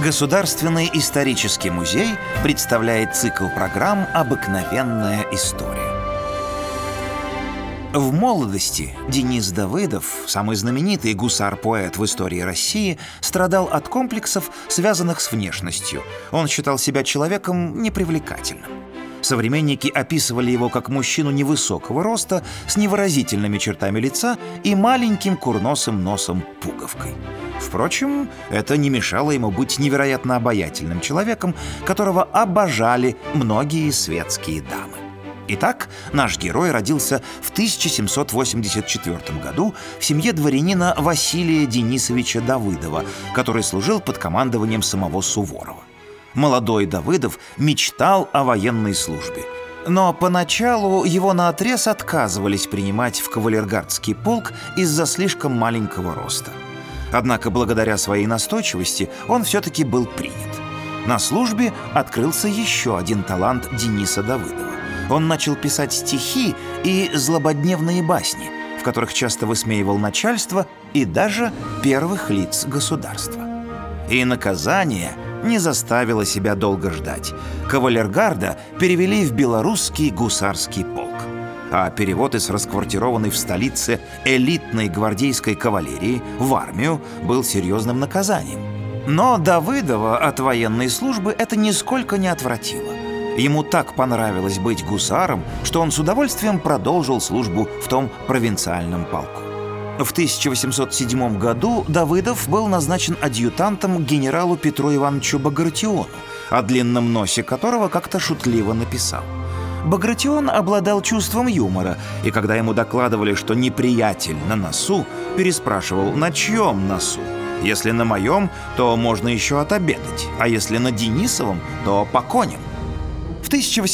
Государственный исторический музей представляет цикл программ «Обыкновенная история». В молодости Денис Давыдов, самый знаменитый гусар-поэт в истории России, страдал от комплексов, связанных с внешностью. Он считал себя человеком непривлекательным. Современники описывали его как мужчину невысокого роста, с невыразительными чертами лица и маленьким курносым носом-пуговкой. Впрочем, это не мешало ему быть невероятно обаятельным человеком, которого обожали многие светские дамы. Итак, наш герой родился в 1784 году в семье дворянина Василия Денисовича Давыдова, который служил под командованием самого Суворова. Молодой Давыдов мечтал о военной службе. Но поначалу его наотрез отказывались принимать в кавалергардский полк из-за слишком маленького роста. Однако благодаря своей настойчивости он все-таки был принят. На службе открылся еще один талант Дениса Давыдова. Он начал писать стихи и злободневные басни, в которых часто высмеивал начальство и даже первых лиц государства. И наказание не заставило себя долго ждать. Кавалергарда перевели в белорусский гусарский полк. А перевод из расквартированной в столице элитной гвардейской кавалерии в армию был серьезным наказанием. Но Давыдова от военной службы это нисколько не отвратило. Ему так понравилось быть гусаром, что он с удовольствием продолжил службу в том провинциальном полку. В 1807 году Давыдов был назначен адъютантом генералу Петру Ивановичу Багратиону, о длинном носе которого как-то шутливо написал. Багратион обладал чувством юмора, и когда ему докладывали, что неприятель на носу, переспрашивал, на чьем носу. Если на моем, то можно еще отобедать, а если на Денисовом, то по коням. В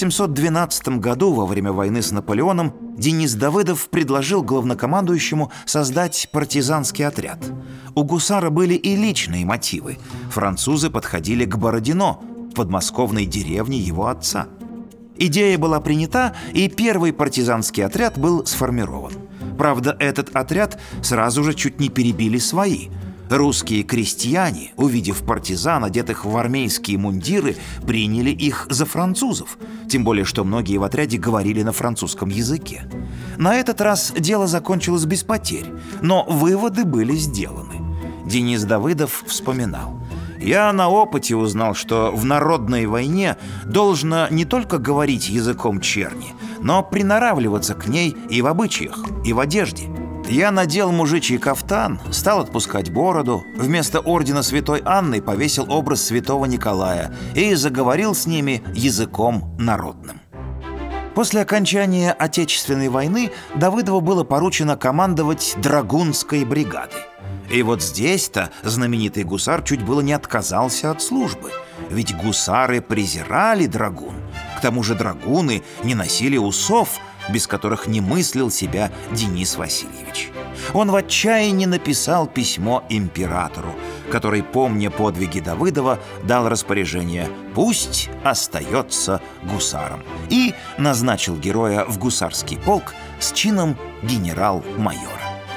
1812 году, во время войны с Наполеоном, Денис Давыдов предложил главнокомандующему создать партизанский отряд. У гусара были и личные мотивы. Французы подходили к Бородино, подмосковной деревне его отца. Идея была принята, и первый партизанский отряд был сформирован. Правда, этот отряд сразу же чуть не перебили свои. Русские крестьяне, увидев партизан, одетых в армейские мундиры, приняли их за французов, тем более что многие в отряде говорили на французском языке. На этот раз дело закончилось без потерь, но выводы были сделаны. Денис Давыдов вспоминал: «Я на опыте узнал, что в народной войне должно не только говорить языком черни, но приноравливаться к ней и в обычаях, и в одежде. Я надел мужичий кафтан, стал отпускать бороду, вместо ордена святой Анны повесил образ святого Николая и заговорил с ними языком народным». После окончания Отечественной войны Давыдову было поручено командовать драгунской бригадой. И вот здесь-то знаменитый гусар чуть было не отказался от службы. Ведь гусары презирали драгун. К тому же драгуны не носили усов, без которых не мыслил себя Денис Васильевич. Он в отчаянии написал письмо императору, который, помня подвиги Давыдова, дал распоряжение «пусть остается гусаром» и назначил героя в гусарский полк с чином генерал-майора.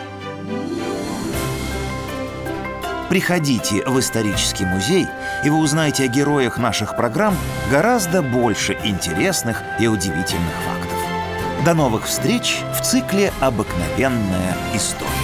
Приходите в исторический музей, и вы узнаете о героях наших программ гораздо больше интересных и удивительных фактов. До новых встреч в цикле «Обыкновенная история».